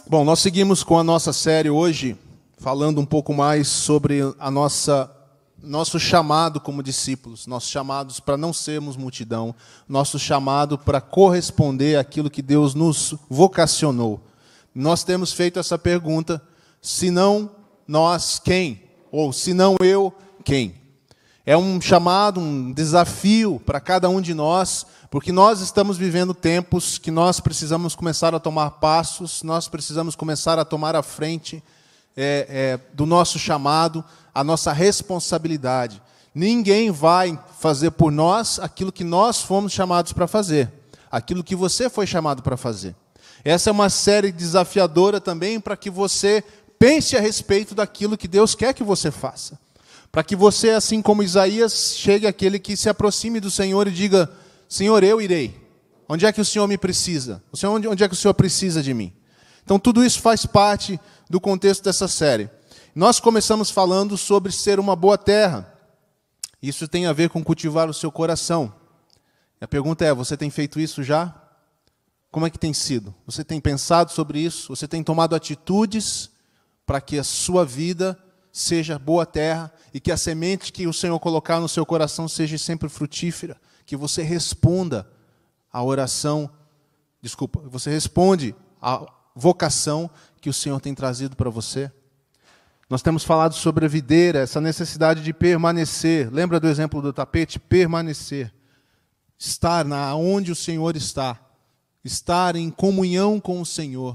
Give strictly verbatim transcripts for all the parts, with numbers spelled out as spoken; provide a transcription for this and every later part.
Bom, nós seguimos com a nossa série hoje, falando um pouco mais sobre a nossa nosso chamado como discípulos, nossos chamados para não sermos multidão, nosso chamado para corresponder àquilo que Deus nos vocacionou. Nós temos feito essa pergunta: se não nós, quem? Ou se não eu, quem? É um chamado, um desafio para cada um de nós, porque nós estamos vivendo tempos que nós precisamos começar a tomar passos, nós precisamos começar a tomar a frente é, é, do nosso chamado, a nossa responsabilidade. Ninguém vai fazer por nós aquilo que nós fomos chamados para fazer, aquilo que você foi chamado para fazer. Essa é uma série desafiadora também para que você pense a respeito daquilo que Deus quer que você faça. Para que você, assim como Isaías, chegue àquele que se aproxime do Senhor e diga: Senhor, eu irei. Onde é que o Senhor me precisa? O Senhor, onde é que o Senhor precisa de mim? Então, tudo isso faz parte do contexto dessa série. Nós começamos falando sobre ser uma boa terra. Isso tem a ver com cultivar o seu coração. E a pergunta é: você tem feito isso já? Como é que tem sido? Você tem pensado sobre isso? Você tem tomado atitudes para que a sua vida seja boa terra e que a semente que o Senhor colocar no seu coração seja sempre frutífera? Que você responda à oração, desculpa, você responde à vocação que o Senhor tem trazido para você? Nós temos falado sobre a videira, essa necessidade de permanecer. Lembra do exemplo do tapete? Permanecer. Estar na, onde o Senhor está. Estar em comunhão com o Senhor.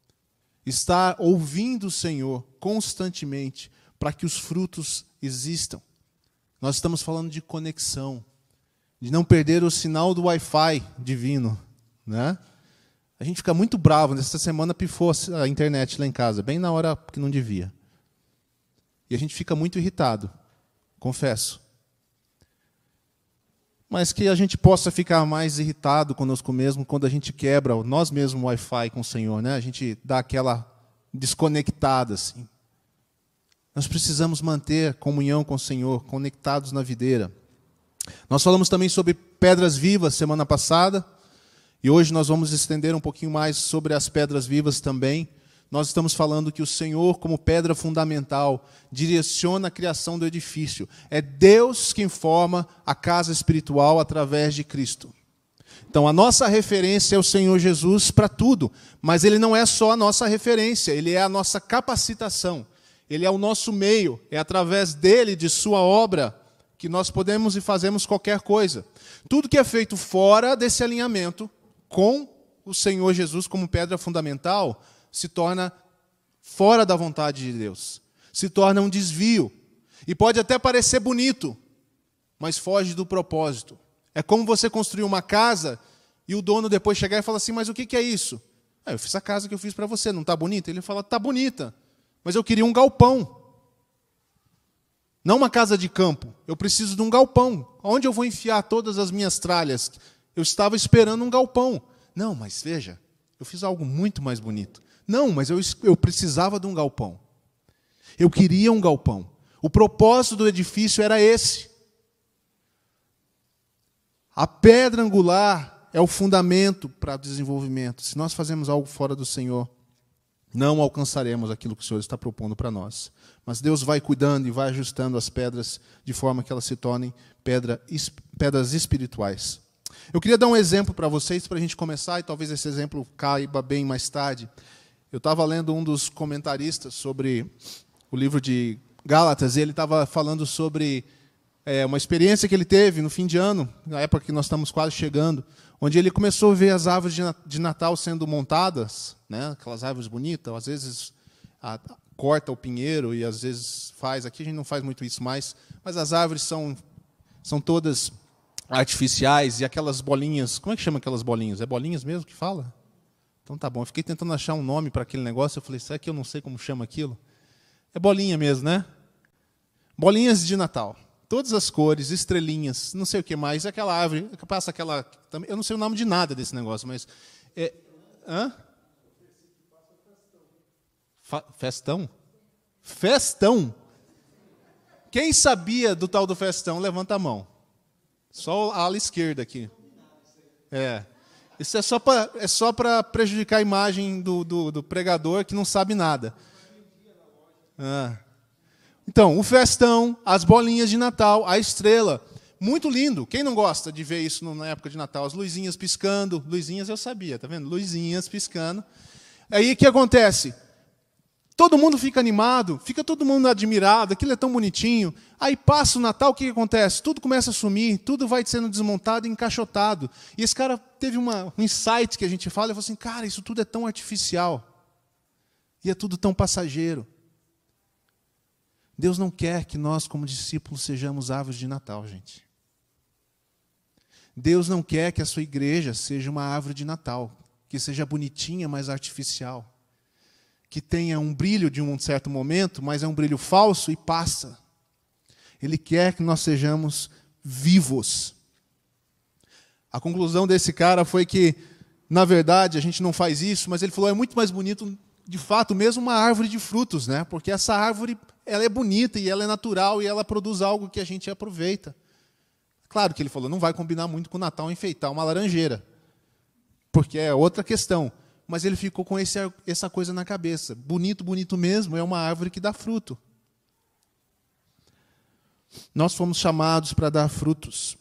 Estar ouvindo o Senhor constantemente para que os frutos existam. Nós estamos falando de conexão, de não perder o sinal do Wi-Fi divino, né? A gente fica muito bravo. Nessa semana pifou a internet lá em casa, bem na hora que não devia. E a gente fica muito irritado, confesso. Mas que a gente possa ficar mais irritado conosco mesmo quando a gente quebra nós mesmos o Wi-Fi com o Senhor, né? A gente dá aquela desconectada assim. Nós precisamos manter comunhão com o Senhor, conectados na videira. Nós falamos também sobre pedras vivas semana passada, e hoje nós vamos estender um pouquinho mais sobre as pedras vivas também. Nós estamos falando que o Senhor, como pedra fundamental, direciona a criação do edifício. É Deus quem forma a casa espiritual através de Cristo. Então, a nossa referência é o Senhor Jesus para tudo, mas Ele não é só a nossa referência, Ele é a nossa capacitação. Ele é o nosso meio, é através dele, de sua obra, que nós podemos e fazemos qualquer coisa. Tudo que é feito fora desse alinhamento, com o Senhor Jesus como pedra fundamental, se torna fora da vontade de Deus. Se torna um desvio. E pode até parecer bonito, mas foge do propósito. É como você construir uma casa e o dono depois chegar e falar assim: mas o que é isso? Ah, eu fiz a casa que eu fiz para você, não está bonita? Ele fala: está bonita. Mas eu queria um galpão. Não uma casa de campo. Eu preciso de um galpão. Onde eu vou enfiar todas as minhas tralhas? Eu estava esperando um galpão. Não, mas veja, eu fiz algo muito mais bonito. Não, mas eu, eu precisava de um galpão. Eu queria um galpão. O propósito do edifício era esse. A pedra angular é o fundamento para o desenvolvimento. Se nós fazemos algo fora do Senhor, não alcançaremos aquilo que o Senhor está propondo para nós. Mas Deus vai cuidando e vai ajustando as pedras de forma que elas se tornem pedra, pedras espirituais. Eu queria dar um exemplo para vocês, para a gente começar, e talvez esse exemplo caiba bem mais tarde. Eu estava lendo um dos comentaristas sobre o livro de Gálatas, e ele estava falando sobre é, uma experiência que ele teve no fim de ano, na época que nós estamos quase chegando, onde ele começou a ver as árvores de Natal sendo montadas, né, aquelas árvores bonitas, às vezes a, a, corta o pinheiro e às vezes faz, aqui a gente não faz muito isso mais, mas as árvores são, são todas artificiais, e aquelas bolinhas, como é que chama aquelas bolinhas? É bolinhas mesmo que fala? Então tá bom, eu fiquei tentando achar um nome para aquele negócio, eu falei: será que eu não sei como chama aquilo? É bolinha mesmo, né? Bolinhas de Natal. Todas as cores, estrelinhas, não sei o que mais. Aquela árvore, passa aquela... Eu não sei o nome de nada desse negócio, mas... É, hã? Fa, festão? Festão? Quem sabia do tal do festão, levanta a mão. Só a ala esquerda aqui. É. Isso é só para é só para prejudicar a imagem do, do, do pregador que não sabe nada. Ah. Então, o festão, as bolinhas de Natal, a estrela. Muito lindo. Quem não gosta de ver isso na época de Natal? As luzinhas piscando. Luzinhas eu sabia, tá vendo? Luzinhas piscando. Aí o que acontece? Todo mundo fica animado, fica todo mundo admirado, aquilo é tão bonitinho. Aí passa o Natal, o que acontece? Tudo começa a sumir, tudo vai sendo desmontado e encaixotado. E esse cara teve uma, um insight que a gente fala, e falou assim, cara, isso tudo é tão artificial. E é tudo tão passageiro. Deus não quer que nós, como discípulos, sejamos árvores de Natal, gente. Deus não quer que a sua igreja seja uma árvore de Natal, que seja bonitinha, mas artificial. Que tenha um brilho de um certo momento, mas é um brilho falso e passa. Ele quer que nós sejamos vivos. A conclusão desse cara foi que, na verdade, a gente não faz isso, mas ele falou, é muito mais bonito, de fato, mesmo uma árvore de frutos, né? Porque essa árvore ela é bonita e ela é natural e ela produz algo que a gente aproveita. Claro que ele falou, não vai combinar muito com o Natal enfeitar uma laranjeira, porque é outra questão. Mas ele ficou com esse, essa coisa na cabeça. Bonito, bonito mesmo, é uma árvore que dá fruto. Nós fomos chamados para dar frutos.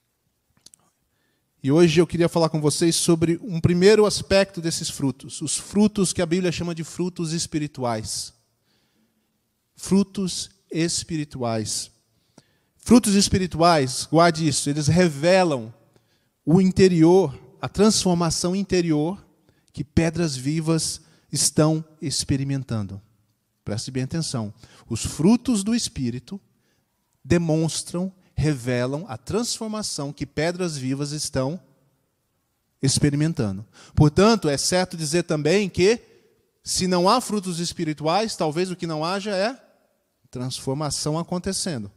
E hoje eu queria falar com vocês sobre um primeiro aspecto desses frutos. Os frutos que a Bíblia chama de frutos espirituais. Frutos espirituais. Frutos espirituais, guarde isso, eles revelam o interior, a transformação interior que pedras vivas estão experimentando. Preste bem atenção. Os frutos do Espírito demonstram, revelam a transformação que pedras vivas estão experimentando. Portanto, é certo dizer também que, se não há frutos espirituais, talvez o que não haja é transformação acontecendo.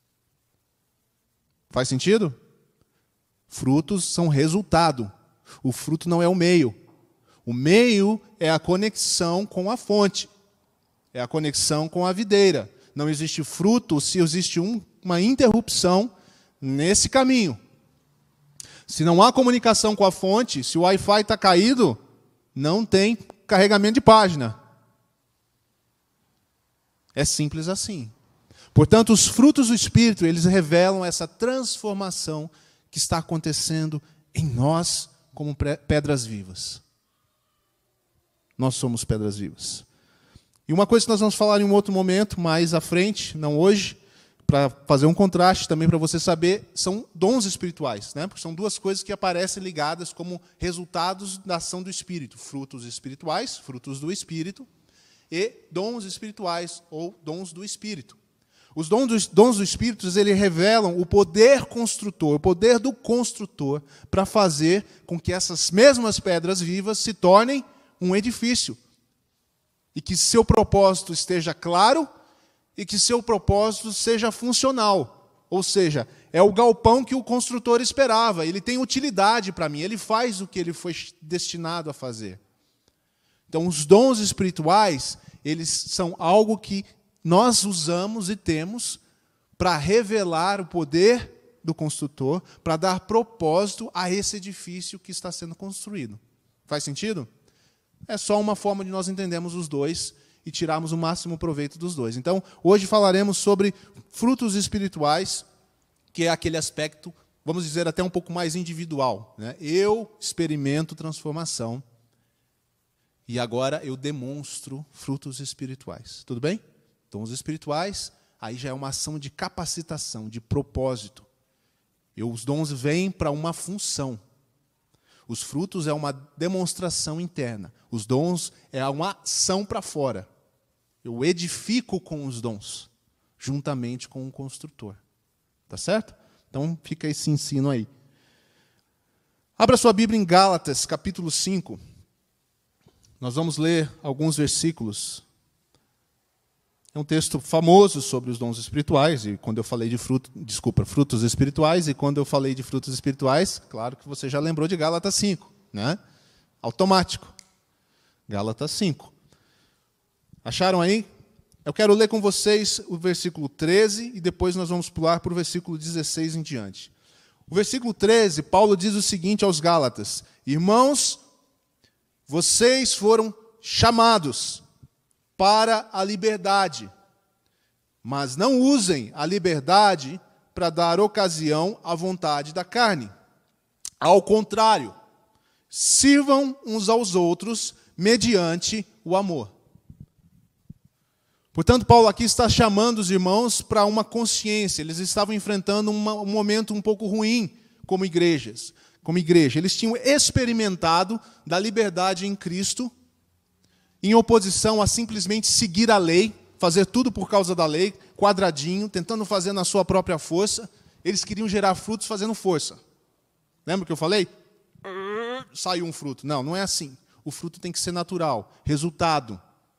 Faz sentido? Frutos são resultado. O fruto não é o meio. O meio é a conexão com a fonte. É a conexão com a videira. Não existe fruto se existe um, uma interrupção nesse caminho. Se não há comunicação com a fonte, se o Wi-Fi está caído, não tem carregamento de página. É simples assim. Portanto, os frutos do Espírito, eles revelam essa transformação que está acontecendo em nós como pedras vivas. Nós somos pedras vivas. E uma coisa que nós vamos falar em um outro momento, mais à frente, não hoje, para fazer um contraste também para você saber, são dons espirituais, né? Porque são duas coisas que aparecem ligadas como resultados da ação do Espírito. Frutos espirituais, frutos do Espírito, e dons espirituais, ou dons do Espírito. Os dons do, dons do Espírito, eles revelam o poder construtor, o poder do construtor, para fazer com que essas mesmas pedras vivas se tornem um edifício. E que seu propósito esteja claro e que seu propósito seja funcional. Ou seja, é o galpão que o construtor esperava. Ele tem utilidade para mim, ele faz o que ele foi destinado a fazer. Então, os dons espirituais, eles são algo que nós usamos e temos para revelar o poder do construtor, para dar propósito a esse edifício que está sendo construído. Faz sentido? É só uma forma de nós entendermos os dois e tirarmos o máximo proveito dos dois. Então, hoje falaremos sobre frutos espirituais, que é aquele aspecto, vamos dizer, até um pouco mais individual, né? Eu experimento transformação e agora eu demonstro frutos espirituais. Tudo bem? Então, os espirituais, aí já é uma ação de capacitação, de propósito. E os dons vêm para uma função. Os frutos é uma demonstração interna. Os dons é uma ação para fora. Eu edifico com os dons, juntamente com o construtor. Tá certo? Então, fica esse ensino aí. Abra sua Bíblia em Gálatas, capítulo cinco. Nós vamos ler alguns versículos. É um texto famoso sobre os dons espirituais, e quando eu falei de fruto, desculpa, frutos espirituais, e quando eu falei de frutos espirituais, claro que você já lembrou de Gálatas cinco, né? Automático. Gálatas cinco. Acharam aí? Eu quero ler com vocês o versículo treze, e depois nós vamos pular para o versículo dezesseis em diante. O versículo treze, Paulo diz o seguinte aos Gálatas: irmãos, vocês foram chamados para a liberdade, mas não usem a liberdade para dar ocasião à vontade da carne. Ao contrário, sirvam uns aos outros mediante o amor. Portanto, Paulo aqui está chamando os irmãos para uma consciência. Eles estavam enfrentando uma, um momento um pouco ruim como igrejas, como igreja. Eles tinham experimentado da liberdade em Cristo, em oposição a simplesmente seguir a lei, fazer tudo por causa da lei, quadradinho, tentando fazer na sua própria força. Eles queriam gerar frutos fazendo força. Lembra que eu falei? Saiu um fruto. Não, não é assim. O fruto tem que ser natural, resultado.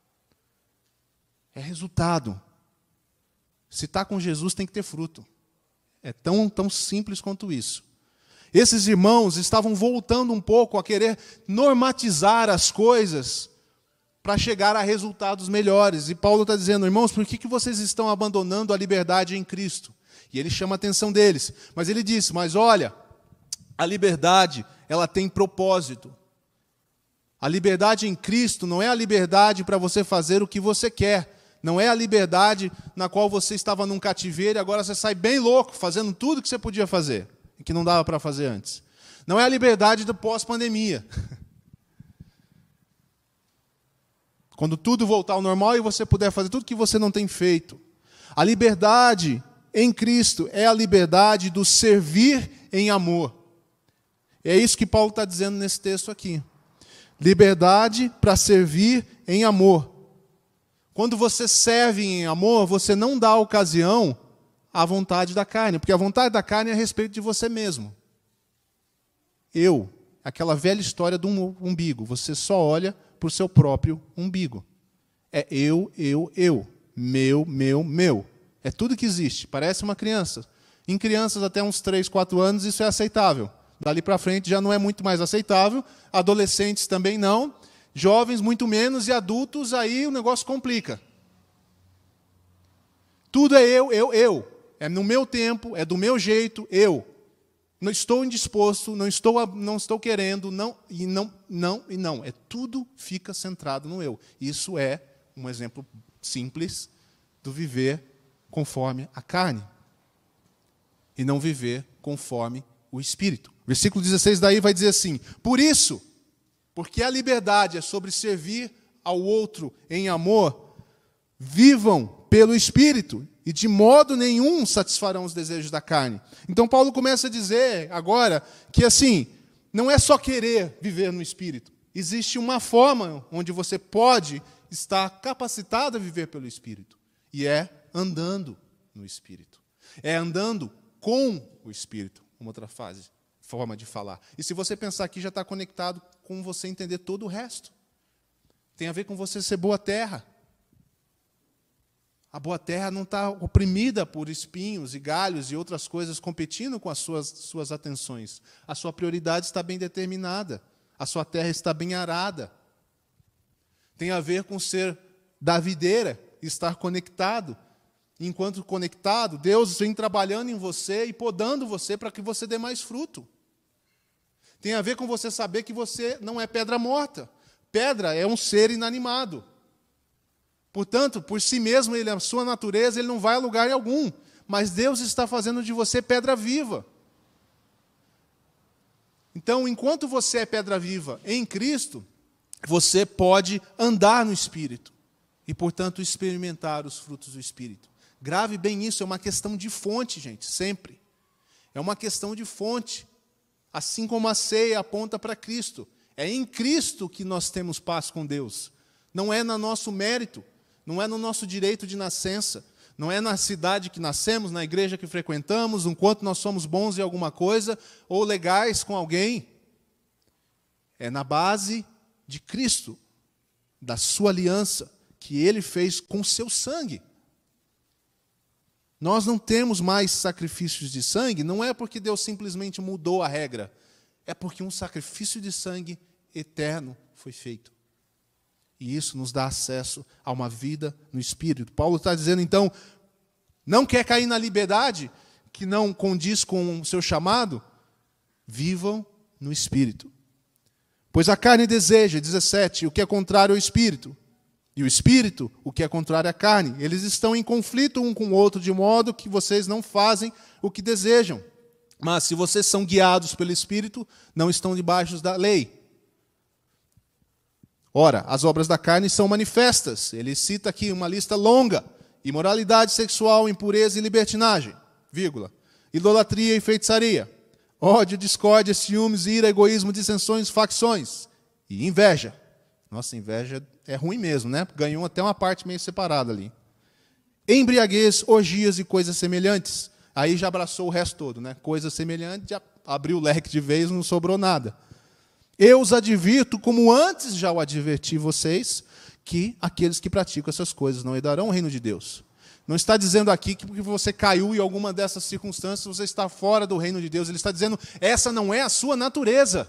É resultado. Se está com Jesus, tem que ter fruto. É tão, tão simples quanto isso. Esses irmãos estavam voltando um pouco a querer normatizar as coisas para chegar a resultados melhores. E Paulo está dizendo, irmãos, por que, que vocês estão abandonando a liberdade em Cristo? E ele chama a atenção deles. Mas ele diz, mas olha, a liberdade, ela tem propósito. A liberdade em Cristo não é a liberdade para você fazer o que você quer. Não é a liberdade na qual você estava num cativeiro e agora você sai bem louco, fazendo tudo que você podia fazer, e que não dava para fazer antes. Não é a liberdade do pós-pandemia. Quando tudo voltar ao normal e você puder fazer tudo que você não tem feito. A liberdade em Cristo é a liberdade do servir em amor. É isso que Paulo está dizendo nesse texto aqui. Liberdade para servir em amor. Quando você serve em amor, você não dá ocasião à vontade da carne, porque a vontade da carne é a respeito de você mesmo. Eu, aquela velha história do umbigo, você só olha para o seu próprio umbigo. É eu, eu, eu. Meu, meu, meu. É tudo que existe. Parece uma criança. Em crianças até uns três, quatro anos, isso é aceitável. Dali para frente já não é muito mais aceitável. Adolescentes também não. Jovens muito menos. E adultos, aí o negócio complica. Tudo é eu, eu, eu. É no meu tempo, é do meu jeito, eu. Não estou indisposto, não estou, não estou querendo, não, e não, não, e não. É tudo fica centrado no eu. Isso é um exemplo simples do viver conforme a carne. E não viver conforme o Espírito. Versículo dezesseis daí vai dizer assim, por isso, porque a liberdade é sobre servir ao outro em amor, vivam pelo Espírito, e de modo nenhum satisfarão os desejos da carne. Então Paulo começa a dizer agora que assim, não é só querer viver no Espírito. Existe uma forma onde você pode estar capacitado a viver pelo Espírito. E é andando no Espírito. É andando com o Espírito, uma outra fase, forma de falar. E se você pensar aqui, já está conectado com você entender todo o resto. Tem a ver com você ser boa terra. A boa terra não está oprimida por espinhos e galhos e outras coisas competindo com as suas, suas atenções. A sua prioridade está bem determinada. A sua terra está bem arada. Tem a ver com ser da videira, estar conectado. Enquanto conectado, Deus vem trabalhando em você e podando você para que você dê mais fruto. Tem a ver com você saber que você não é pedra morta. Pedra é um ser inanimado. Portanto, por si mesmo, ele, a sua natureza, ele não vai a lugar algum. Mas Deus está fazendo de você pedra viva. Então, enquanto você é pedra viva em Cristo, você pode andar no Espírito. E, portanto, experimentar os frutos do Espírito. Grave bem isso, é uma questão de fonte, gente, sempre. É uma questão de fonte. Assim como a ceia aponta para Cristo. É em Cristo que nós temos paz com Deus. Não é no nosso mérito. Não é no nosso direito de nascença, não é na cidade que nascemos, na igreja que frequentamos, no quanto nós somos bons em alguma coisa, ou legais com alguém. É na base de Cristo, da sua aliança, que Ele fez com seu sangue. Nós não temos mais sacrifícios de sangue, não é porque Deus simplesmente mudou a regra, é porque um sacrifício de sangue eterno foi feito. E isso nos dá acesso a uma vida no Espírito. Paulo está dizendo, então, não quer cair na liberdade? que não condiz com o seu chamado, vivam no Espírito. Pois a carne deseja, dezessete, o que é contrário ao Espírito. E o Espírito, o que é contrário à carne. Eles estão em conflito um com o outro, de modo que vocês não fazem o que desejam. Mas se vocês são guiados pelo Espírito, não estão debaixo da lei. Ora, as obras da carne são manifestas. Ele cita aqui uma lista longa. Imoralidade sexual, impureza e libertinagem, vírgula. Idolatria e feitiçaria. Ódio, discórdia, ciúmes, ira, egoísmo, dissensões, facções. E inveja. Nossa, inveja é ruim mesmo, né? Ganhou até uma parte meio separada ali. Embriaguez, orgias e coisas semelhantes. Aí já abraçou o resto todo, né? Coisas semelhantes, já abriu o leque de vez, não sobrou nada. Eu os advirto, como antes já o adverti vocês, que aqueles que praticam essas coisas não herdarão o reino de Deus. Não está dizendo aqui que porque você caiu em alguma dessas circunstâncias, você está fora do reino de Deus. Ele está dizendo, essa não é a sua natureza.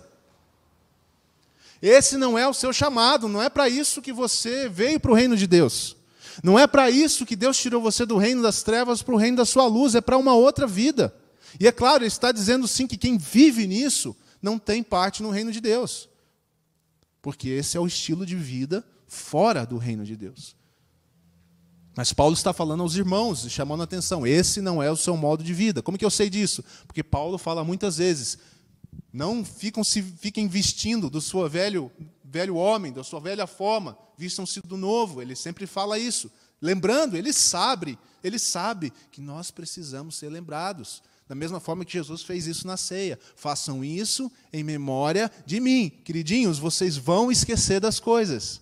Esse não é o seu chamado, não é para isso que você veio para o reino de Deus. Não é para isso que Deus tirou você do reino das trevas para o reino da sua luz, é para uma outra vida. E é claro, ele está dizendo sim que quem vive nisso não tem parte no reino de Deus. Porque esse é o estilo de vida fora do reino de Deus. Mas Paulo está falando aos irmãos, chamando a atenção, esse não é o seu modo de vida. Como que eu sei disso? Porque Paulo fala muitas vezes, não ficam, se, fiquem vestindo do seu velho, velho homem, da sua velha forma, vistam-se do novo, ele sempre fala isso. Lembrando, ele sabe, ele sabe que nós precisamos ser lembrados. Da mesma forma que Jesus fez isso na ceia. Façam isso em memória de mim. Queridinhos, vocês vão esquecer das coisas.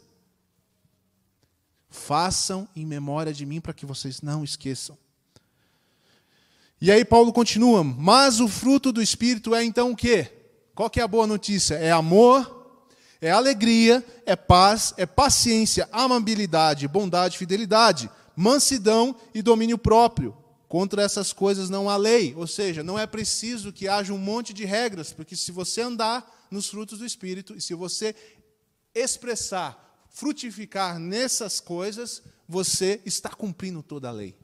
Façam em memória de mim para que vocês não esqueçam. E aí Paulo continua, mas o fruto do Espírito é então o quê? Qual que é a boa notícia? É amor, é alegria, é paz, é paciência, amabilidade, bondade, fidelidade, mansidão e domínio próprio. Contra essas coisas não há lei, ou seja, não é preciso que haja um monte de regras, porque se você andar nos frutos do Espírito, e se você expressar, frutificar nessas coisas, você está cumprindo toda a lei.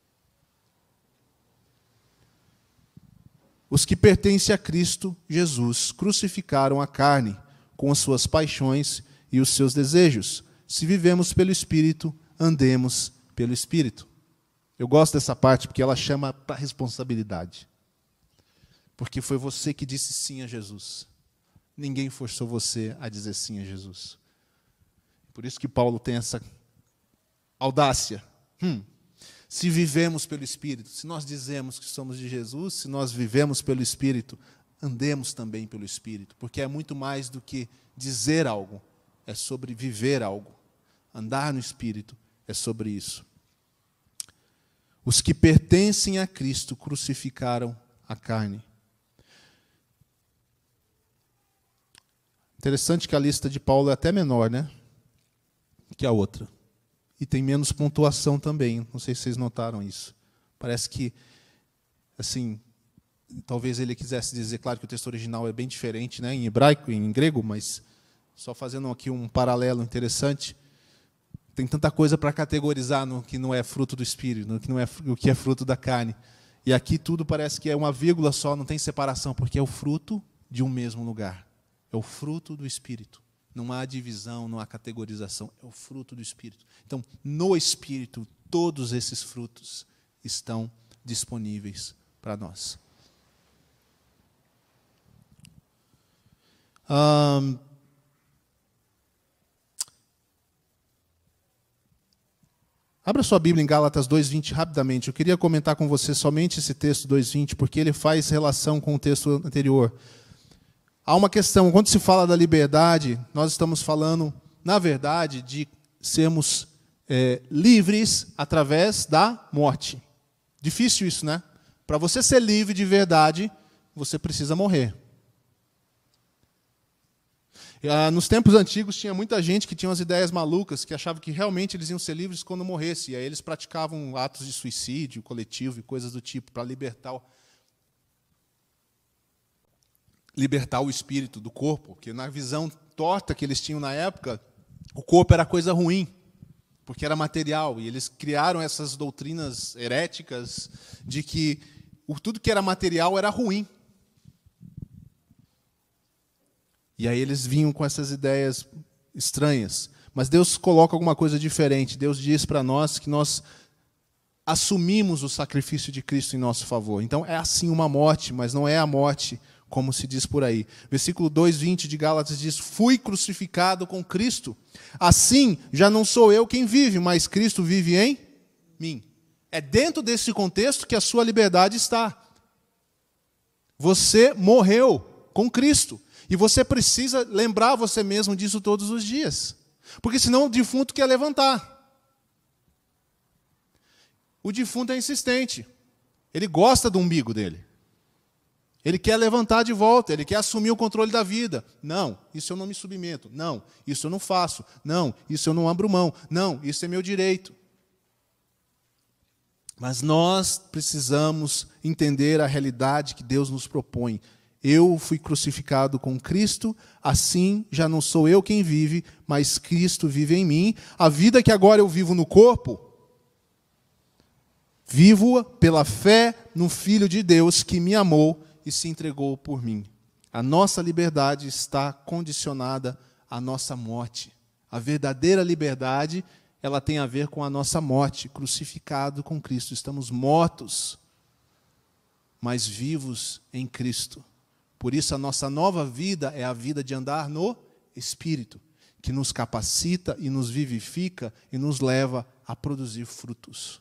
Os que pertencem a Cristo Jesus crucificaram a carne com as suas paixões e os seus desejos. Se vivemos pelo Espírito, andemos pelo Espírito. Eu gosto dessa parte porque ela chama para a responsabilidade. Porque foi você que disse sim a Jesus. Ninguém forçou você a dizer sim a Jesus. Por isso que Paulo tem essa audácia. Hum, se vivemos pelo Espírito, se nós dizemos que somos de Jesus, se nós vivemos pelo Espírito, andemos também pelo Espírito. Porque é muito mais do que dizer algo, é sobre viver algo. Andar no Espírito é sobre isso. Os que pertencem a Cristo crucificaram a carne. Interessante que a lista de Paulo é até menor, né? Que a outra. E tem menos pontuação também. Não sei se vocês notaram isso. Parece que, assim, talvez ele quisesse dizer, claro que o texto original é bem diferente, né, em hebraico, em grego, mas só fazendo aqui um paralelo interessante. Tem tanta coisa para categorizar no que não é fruto do Espírito, no que não é o que é fruto da carne. E aqui tudo parece que é uma vírgula só, não tem separação, porque é o fruto de um mesmo lugar. É o fruto do Espírito. Não há divisão, não há categorização, é o fruto do Espírito. Então, no Espírito, todos esses frutos estão disponíveis para nós. Hum, abra sua Bíblia em Gálatas dois, vinte rapidamente. Eu queria comentar com você somente esse texto dois, vinte, porque ele faz relação com o texto anterior. Há uma questão, quando se fala da liberdade, nós estamos falando, na verdade, de sermos é, livres através da morte. Difícil isso, né? Para você ser livre de verdade, você precisa morrer. Nos tempos antigos tinha muita gente que tinha umas ideias malucas, que achava que realmente eles iam ser livres quando morressem. E aí eles praticavam atos de suicídio coletivo e coisas do tipo, para libertar o, libertar o espírito do corpo. Porque na visão torta que eles tinham na época, o corpo era coisa ruim, porque era material. E eles criaram essas doutrinas heréticas de que o, tudo que era material era ruim. E aí eles vinham com essas ideias estranhas. Mas Deus coloca alguma coisa diferente. Deus diz para nós que nós assumimos o sacrifício de Cristo em nosso favor. Então é assim uma morte, mas não é a morte como se diz por aí. Versículo dois, vinte de Gálatas diz: fui crucificado com Cristo. Assim, já não sou eu quem vive, mas Cristo vive em mim. É dentro desse contexto que a sua liberdade está. Você morreu com Cristo. E você precisa lembrar você mesmo disso todos os dias. Porque senão o defunto quer levantar. O defunto é insistente. Ele gosta do umbigo dele. Ele quer levantar de volta, ele quer assumir o controle da vida. Não, isso eu não me submeto. Não, isso eu não faço. Não, isso eu não abro mão. Não, isso é meu direito. Mas nós precisamos entender a realidade que Deus nos propõe. Eu fui crucificado com Cristo, assim já não sou eu quem vive, mas Cristo vive em mim. A vida que agora eu vivo no corpo, vivo-a pela fé no Filho de Deus que me amou e se entregou por mim. A nossa liberdade está condicionada à nossa morte. A verdadeira liberdade, ela tem a ver com a nossa morte, crucificado com Cristo. Estamos mortos, mas vivos em Cristo. Por isso, a nossa nova vida é a vida de andar no Espírito, que nos capacita e nos vivifica e nos leva a produzir frutos.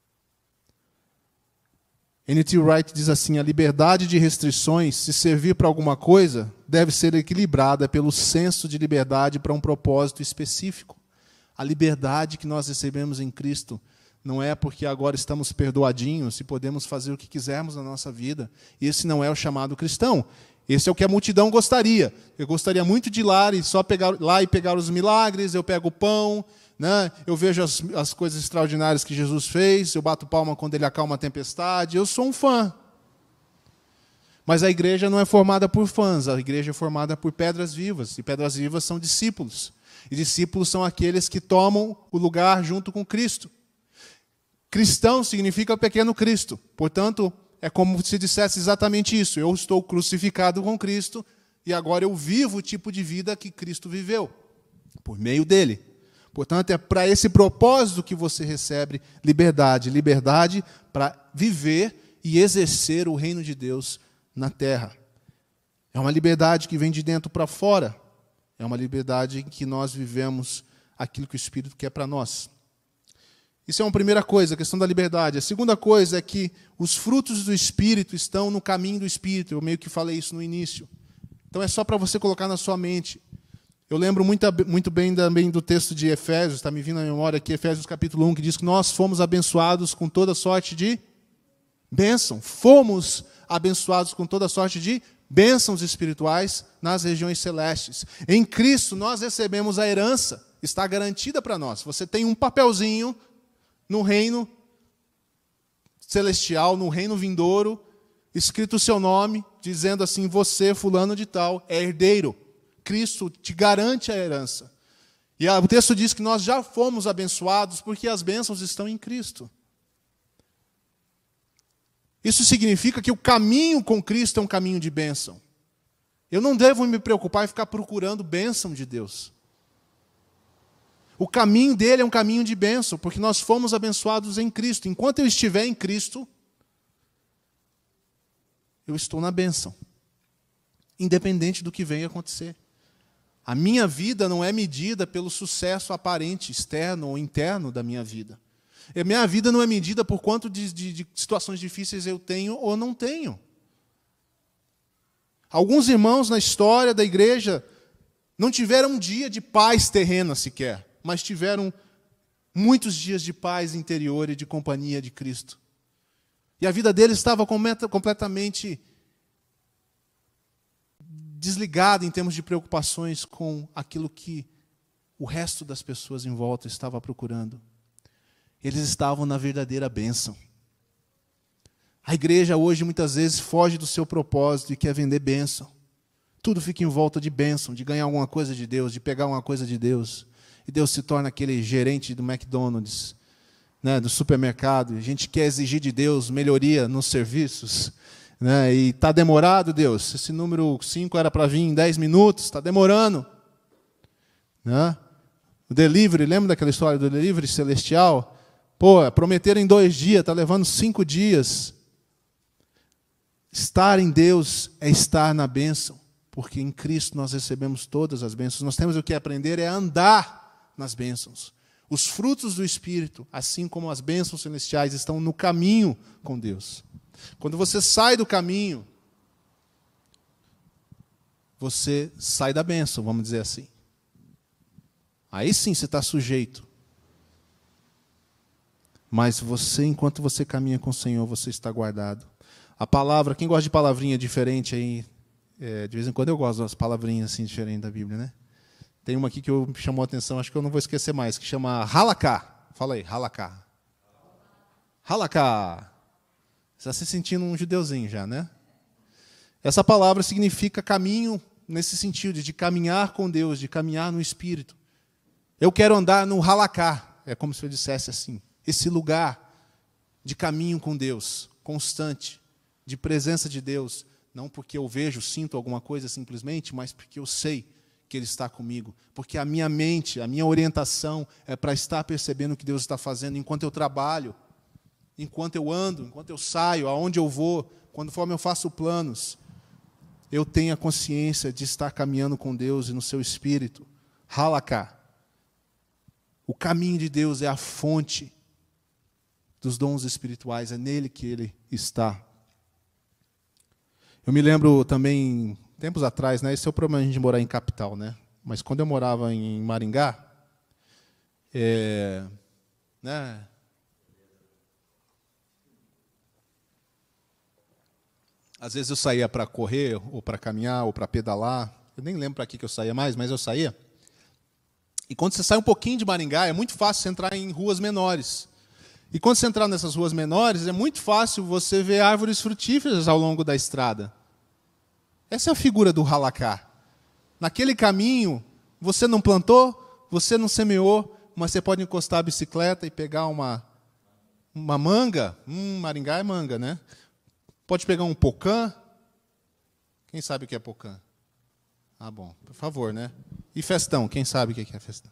N T Wright diz assim: a liberdade de restrições, se servir para alguma coisa, deve ser equilibrada pelo senso de liberdade para um propósito específico. A liberdade que nós recebemos em Cristo não é porque agora estamos perdoadinhos e podemos fazer o que quisermos na nossa vida. Esse não é o chamado cristão. Esse é o que a multidão gostaria. Eu gostaria muito de ir lá e só pegar lá e pegar os milagres, eu pego o pão, né? Eu vejo as, as coisas extraordinárias que Jesus fez, eu bato palma quando ele acalma a tempestade, eu sou um fã. Mas a igreja não é formada por fãs, a igreja é formada por pedras vivas, e pedras vivas são discípulos. E discípulos são aqueles que tomam o lugar junto com Cristo. Cristão significa pequeno Cristo, portanto, é como se dissesse exatamente isso. Eu estou crucificado com Cristo e agora eu vivo o tipo de vida que Cristo viveu, por meio dele. Portanto, é para esse propósito que você recebe liberdade. Liberdade para viver e exercer o reino de Deus na terra. É uma liberdade que vem de dentro para fora. É uma liberdade em que nós vivemos aquilo que o Espírito quer para nós. Isso é uma primeira coisa, a questão da liberdade. A segunda coisa é que os frutos do Espírito estão no caminho do Espírito. Eu meio que falei isso no início. Então é só para você colocar na sua mente. Eu lembro muito, muito bem também do texto de Efésios, está me vindo à memória aqui, Efésios capítulo um, que diz que nós fomos abençoados com toda sorte de bênção. Fomos abençoados com toda sorte de bênçãos espirituais nas regiões celestes. Em Cristo nós recebemos a herança, está garantida para nós. Você tem um papelzinho no reino celestial, no reino vindouro, escrito o seu nome, dizendo assim: você, fulano de tal, é herdeiro. Cristo te garante a herança. E o texto diz que nós já fomos abençoados porque as bênçãos estão em Cristo. Isso significa que o caminho com Cristo é um caminho de bênção. Eu não devo me preocupar em ficar procurando bênção de Deus. O caminho dele é um caminho de bênção, porque nós fomos abençoados em Cristo. Enquanto eu estiver em Cristo, eu estou na bênção, independente do que venha acontecer. A minha vida não é medida pelo sucesso aparente, externo ou interno da minha vida. A minha vida não é medida por quanto de, de, de situações difíceis eu tenho ou não tenho. Alguns irmãos na história da igreja não tiveram um dia de paz terrena sequer, mas tiveram muitos dias de paz interior e de companhia de Cristo. E a vida deles estava completamente desligada em termos de preocupações com aquilo que o resto das pessoas em volta estava procurando. Eles estavam na verdadeira bênção. A igreja hoje muitas vezes foge do seu propósito e quer vender bênção. Tudo fica em volta de bênção, de ganhar alguma coisa de Deus, de pegar alguma coisa de Deus. E Deus se torna aquele gerente do McDonald's, né, do supermercado. A gente quer exigir de Deus melhoria nos serviços. Né, e está demorado, Deus. Esse número cinco era para vir em dez minutos, está demorando. Né? O delivery, lembra daquela história do delivery celestial? Pô, prometeram em dois dias, está levando cinco dias. Estar em Deus é estar na bênção, porque em Cristo nós recebemos todas as bênçãos. Nós temos o que aprender é andar nas bênçãos. Os frutos do Espírito, assim como as bênçãos celestiais, estão no caminho com Deus. Quando você sai do caminho, você sai da bênção, vamos dizer assim. Aí sim você está sujeito. Mas você, enquanto você caminha com o Senhor, você está guardado. A palavra, quem gosta de palavrinha diferente aí, é, de vez em quando eu gosto das palavrinhas assim diferentes da Bíblia, né? Tem uma aqui que eu, me chamou a atenção, acho que eu não vou esquecer mais, que chama Halaká. Fala aí, Halaká. Halaká. Você está se sentindo um judeuzinho já, né? Essa palavra significa caminho, nesse sentido, de caminhar com Deus, de caminhar no Espírito. Eu quero andar no Halaká, é como se eu dissesse assim, esse lugar de caminho com Deus, constante, de presença de Deus, não porque eu vejo, sinto alguma coisa simplesmente, mas porque eu sei que Ele está comigo, porque a minha mente, a minha orientação é para estar percebendo o que Deus está fazendo enquanto eu trabalho, enquanto eu ando, enquanto eu saio, aonde eu vou, quando for eu faço planos, eu tenho a consciência de estar caminhando com Deus e no seu Espírito. Halaká. O caminho de Deus é a fonte dos dons espirituais, é nele que Ele está. Eu me lembro também, tempos atrás, né, esse é o problema de morar em capital, né? Mas quando eu morava em Maringá, é, né, às vezes eu saía para correr, ou para caminhar, ou para pedalar. Eu nem lembro para que eu saía mais, mas eu saía. E quando você sai um pouquinho de Maringá, é muito fácil você entrar em ruas menores. E quando você entrar nessas ruas menores, é muito fácil você ver árvores frutíferas ao longo da estrada. Essa é a figura do Halaká. Naquele caminho, você não plantou, você não semeou, mas você pode encostar a bicicleta e pegar uma, uma manga. Hum, Maringá é manga, né? Pode pegar um pocã. Quem sabe o que é pocã? Ah, bom, por favor, né? E festão, quem sabe o que é festão?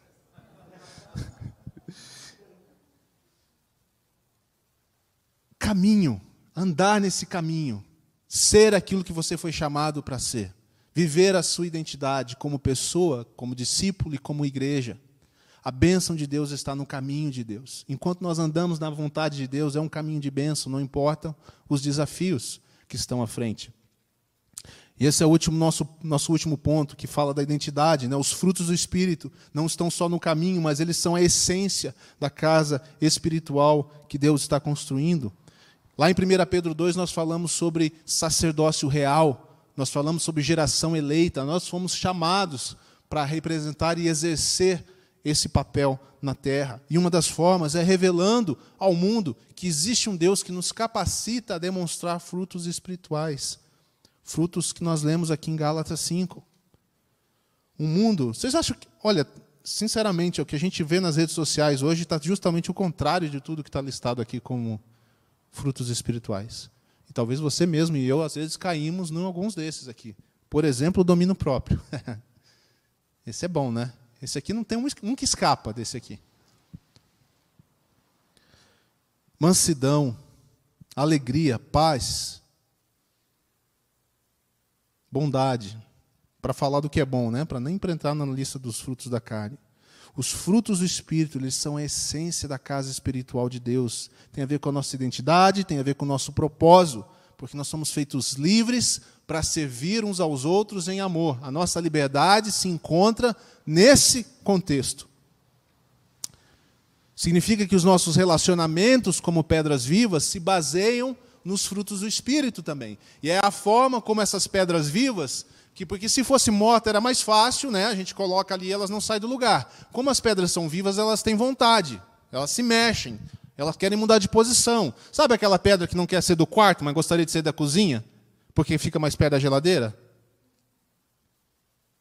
Caminho, andar nesse caminho, ser aquilo que você foi chamado para ser, viver a sua identidade como pessoa, como discípulo e como igreja. A bênção de Deus está no caminho de Deus. Enquanto nós andamos na vontade de Deus, é um caminho de bênção, não importam os desafios que estão à frente. E esse é o último, nosso, nosso último ponto, que fala da identidade. Né? Os frutos do Espírito não estão só no caminho, mas eles são a essência da casa espiritual que Deus está construindo. Lá em primeira Pedro dois, nós falamos sobre sacerdócio real, nós falamos sobre geração eleita, nós fomos chamados para representar e exercer esse papel na terra. E uma das formas é revelando ao mundo que existe um Deus que nos capacita a demonstrar frutos espirituais. Frutos que nós lemos aqui em Gálatas cinco. Um mundo... Vocês acham que... Olha, sinceramente, o que a gente vê nas redes sociais hoje está justamente o contrário de tudo que está listado aqui como frutos espirituais. E talvez você mesmo e eu, às vezes, caímos em alguns desses aqui. Por exemplo, o domínio próprio. Esse é bom, né? Esse aqui não tem um, um que escapa desse aqui. Mansidão, alegria, paz, bondade, para falar do que é bom, né? Para nem entrar na lista dos frutos da carne. Os frutos do Espírito, eles são a essência da casa espiritual de Deus. Tem a ver com a nossa identidade, tem a ver com o nosso propósito, porque nós somos feitos livres para servir uns aos outros em amor. A nossa liberdade se encontra nesse contexto. Significa que os nossos relacionamentos como pedras vivas se baseiam nos frutos do Espírito também. E é a forma como essas pedras vivas, que porque se fosse morta era mais fácil, né? A gente coloca ali e elas não saem do lugar. Como as pedras são vivas, elas têm vontade, elas se mexem, elas querem mudar de posição. Sabe aquela pedra que não quer ser do quarto, mas gostaria de ser da cozinha? Porque fica mais perto da geladeira?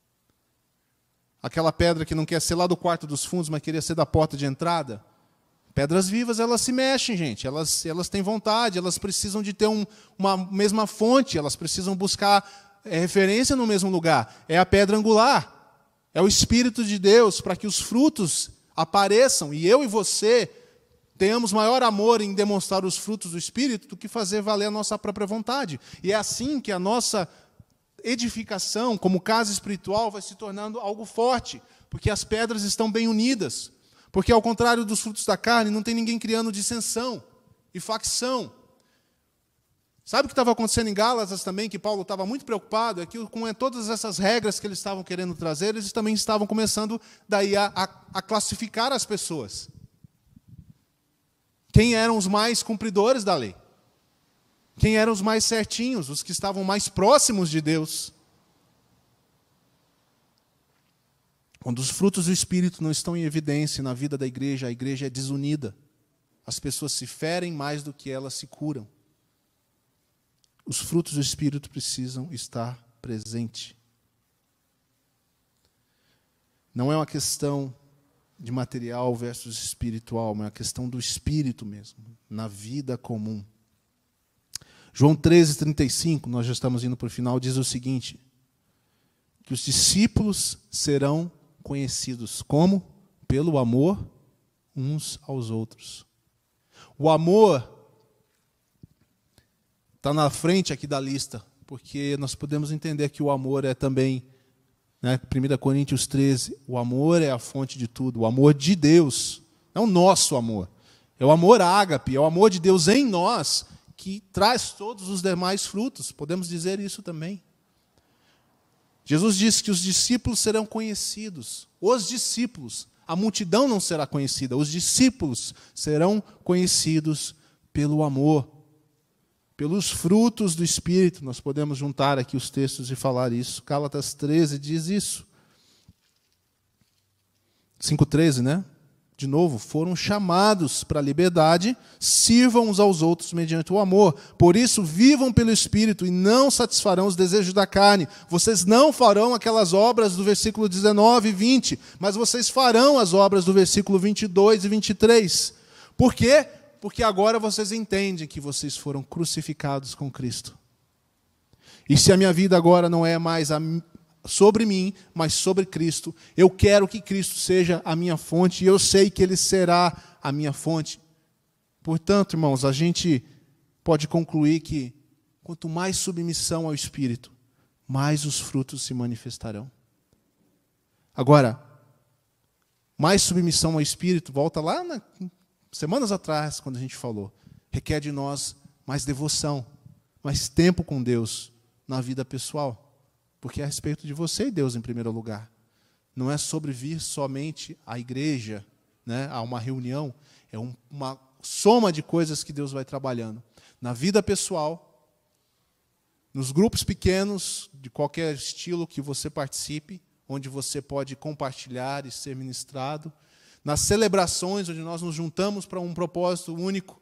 Aquela pedra que não quer ser lá do quarto dos fundos, mas queria ser da porta de entrada? Pedras vivas, elas se mexem, gente. Elas, elas têm vontade, elas precisam de ter um, uma mesma fonte, elas precisam buscar é, referência no mesmo lugar. É a pedra angular. É o Espírito de Deus para que os frutos apareçam. E eu e você tenhamos maior amor em demonstrar os frutos do Espírito do que fazer valer a nossa própria vontade. E é assim que a nossa edificação, como casa espiritual, vai se tornando algo forte, porque as pedras estão bem unidas. Porque, ao contrário dos frutos da carne, não tem ninguém criando dissensão e facção. Sabe o que estava acontecendo em Gálatas também, que Paulo estava muito preocupado? É que com todas essas regras que eles estavam querendo trazer, eles também estavam começando daí a, a, a classificar as pessoas. Quem eram os mais cumpridores da lei? Quem eram os mais certinhos, os que estavam mais próximos de Deus? Quando os frutos do Espírito não estão em evidência na vida da igreja, a igreja é desunida. As pessoas se ferem mais do que elas se curam. Os frutos do Espírito precisam estar presentes. Não é uma questão de material versus espiritual, mas é uma questão do Espírito mesmo, na vida comum. João treze, trinta e cinco, nós já estamos indo para o final, diz o seguinte, que os discípulos serão conhecidos como? Pelo amor uns aos outros. O amor está na frente aqui da lista, porque nós podemos entender que o amor é também, né, primeira Coríntios treze, o amor é a fonte de tudo, o amor de Deus, não o nosso amor, é o amor ágape, é o amor de Deus em nós, que traz todos os demais frutos, podemos dizer isso também. Jesus disse que os discípulos serão conhecidos, os discípulos, a multidão não será conhecida, os discípulos serão conhecidos pelo amor, pelos frutos do Espírito. Nós podemos juntar aqui os textos e falar isso. Gálatas treze diz isso. cinco, treze, né? De novo, foram chamados para a liberdade, sirvam uns aos outros mediante o amor. Por isso, vivam pelo Espírito e não satisfarão os desejos da carne. Vocês não farão aquelas obras do versículo dezenove e vinte, mas vocês farão as obras do versículo vinte e dois e vinte e três. Por quê? Porque agora vocês entendem que vocês foram crucificados com Cristo. E se a minha vida agora não é mais a sobre mim, mas sobre Cristo. Eu quero que Cristo seja a minha fonte, e eu sei que Ele será a minha fonte. Portanto, irmãos, a gente pode concluir que, quanto mais submissão ao Espírito, mais os frutos se manifestarão. Agora, mais submissão ao Espírito, volta lá, na, semanas atrás, quando a gente falou, requer de nós mais devoção, mais tempo com Deus na vida pessoal. Porque é a respeito de você e Deus em primeiro lugar. Não é sobre vir somente à igreja, né, a uma reunião. É um, uma soma de coisas que Deus vai trabalhando. Na vida pessoal, nos grupos pequenos, de qualquer estilo que você participe, onde você pode compartilhar e ser ministrado. Nas celebrações, onde nós nos juntamos para um propósito único.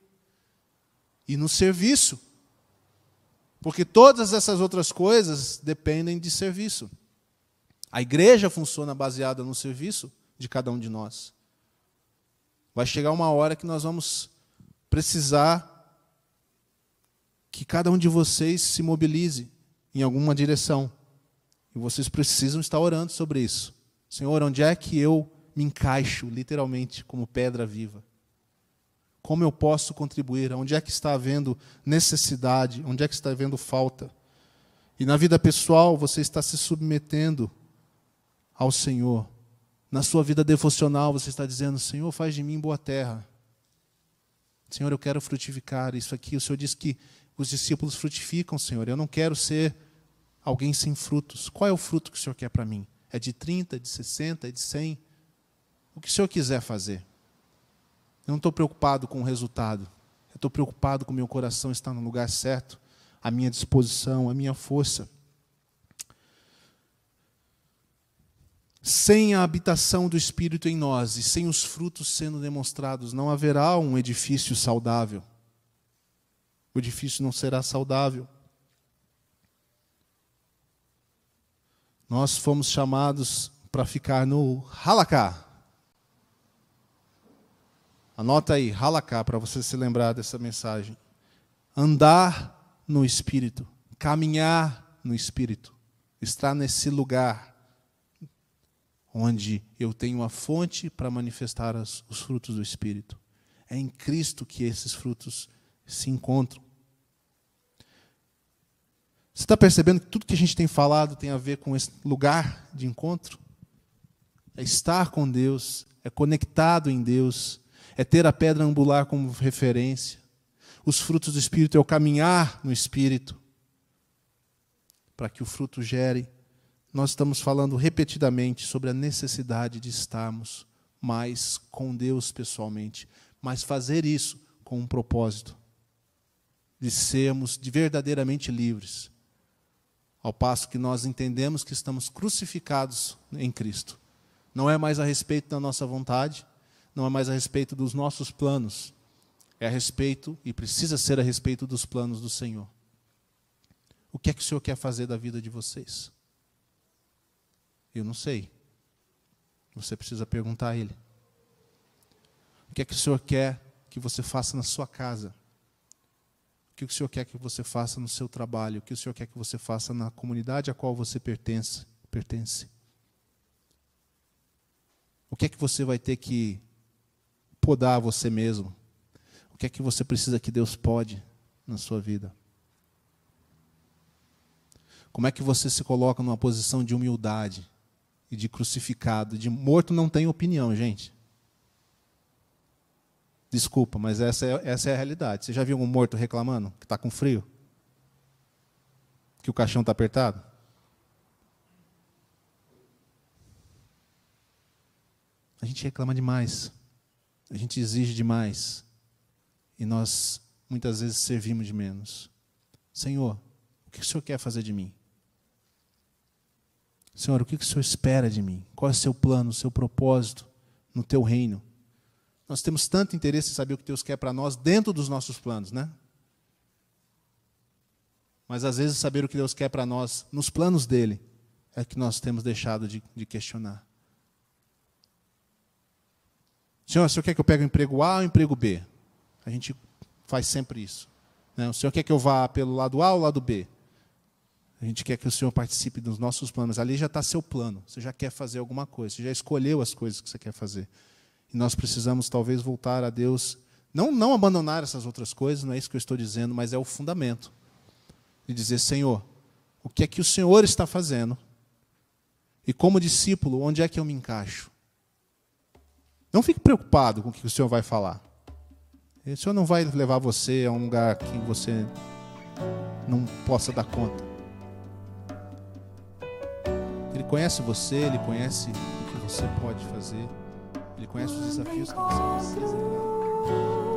E no serviço. Porque todas essas outras coisas dependem de serviço. A igreja funciona baseada no serviço de cada um de nós. Vai chegar uma hora que nós vamos precisar que cada um de vocês se mobilize em alguma direção. E vocês precisam estar orando sobre isso. Senhor, onde é que eu me encaixo, literalmente, como pedra viva? Como eu posso contribuir? Onde é que está havendo necessidade? Onde é que está havendo falta? E na vida pessoal, você está se submetendo ao Senhor. Na sua vida devocional, você está dizendo, Senhor, faz de mim boa terra. Senhor, eu quero frutificar isso aqui. O Senhor diz que os discípulos frutificam, Senhor. Eu não quero ser alguém sem frutos. Qual é o fruto que o Senhor quer para mim? É de trinta, de sessenta, é de cem? O que o Senhor quiser fazer. Eu não estou preocupado com o resultado. Eu estou preocupado com o meu coração estar no lugar certo, a minha disposição, a minha força. Sem a habitação do Espírito em nós e sem os frutos sendo demonstrados, não haverá um edifício saudável. O edifício não será saudável. Nós fomos chamados para ficar no halakha. Anota aí, halakha, para você se lembrar dessa mensagem. Andar no Espírito, caminhar no Espírito, estar nesse lugar onde eu tenho uma fonte para manifestar os, os frutos do Espírito. É em Cristo que esses frutos se encontram. Você está percebendo que tudo que a gente tem falado tem a ver com esse lugar de encontro? É estar com Deus, é conectado em Deus, é ter a pedra angular como referência. Os frutos do Espírito é o caminhar no Espírito, para que o fruto gere. Nós estamos falando repetidamente sobre a necessidade de estarmos mais com Deus pessoalmente, mas fazer isso com um propósito, de sermos de verdadeiramente livres, ao passo que nós entendemos que estamos crucificados em Cristo. Não é mais a respeito da nossa vontade, não é mais a respeito dos nossos planos, é a respeito, e precisa ser a respeito dos planos do Senhor. O que é que o Senhor quer fazer da vida de vocês? Eu não sei. Você precisa perguntar a Ele. O que é que o Senhor quer que você faça na sua casa? O que o Senhor quer que você faça no seu trabalho? O que o Senhor quer que você faça na comunidade a qual você pertence? pertence? O que é que você vai ter que podar você mesmo? O que é que você precisa que Deus pode na sua vida? Como é que você se coloca numa posição de humildade e de crucificado? De morto não tem opinião, gente. Desculpa, mas essa é, essa é a realidade. Você já viu um morto reclamando que está com frio? Que o caixão está apertado? A gente reclama demais. A gente exige demais. E nós, muitas vezes, servimos de menos. Senhor, o que o Senhor quer fazer de mim? Senhor, o que o Senhor espera de mim? Qual é o seu plano, o seu propósito no teu reino? Nós temos tanto interesse em saber o que Deus quer para nós dentro dos nossos planos, né? Mas às vezes saber o que Deus quer para nós nos planos dele é que nós temos deixado de, de questionar. Senhor, o Senhor quer que eu pegue o emprego A ou o emprego B? A gente faz sempre isso, né? O Senhor quer que eu vá pelo lado A ou lado B? A gente quer que o Senhor participe dos nossos planos. Ali já está seu plano. Você já quer fazer alguma coisa. Você já escolheu as coisas que você quer fazer. E nós precisamos, talvez, voltar a Deus. Não, não abandonar essas outras coisas, não é isso que eu estou dizendo, mas é o fundamento. De dizer, Senhor, o que é que o Senhor está fazendo? E como discípulo, onde é que eu me encaixo? Não fique preocupado com o que o Senhor vai falar. O Senhor não vai levar você a um lugar que você não possa dar conta. Ele conhece você, Ele conhece o que você pode fazer, Ele conhece os desafios que você precisa lidar.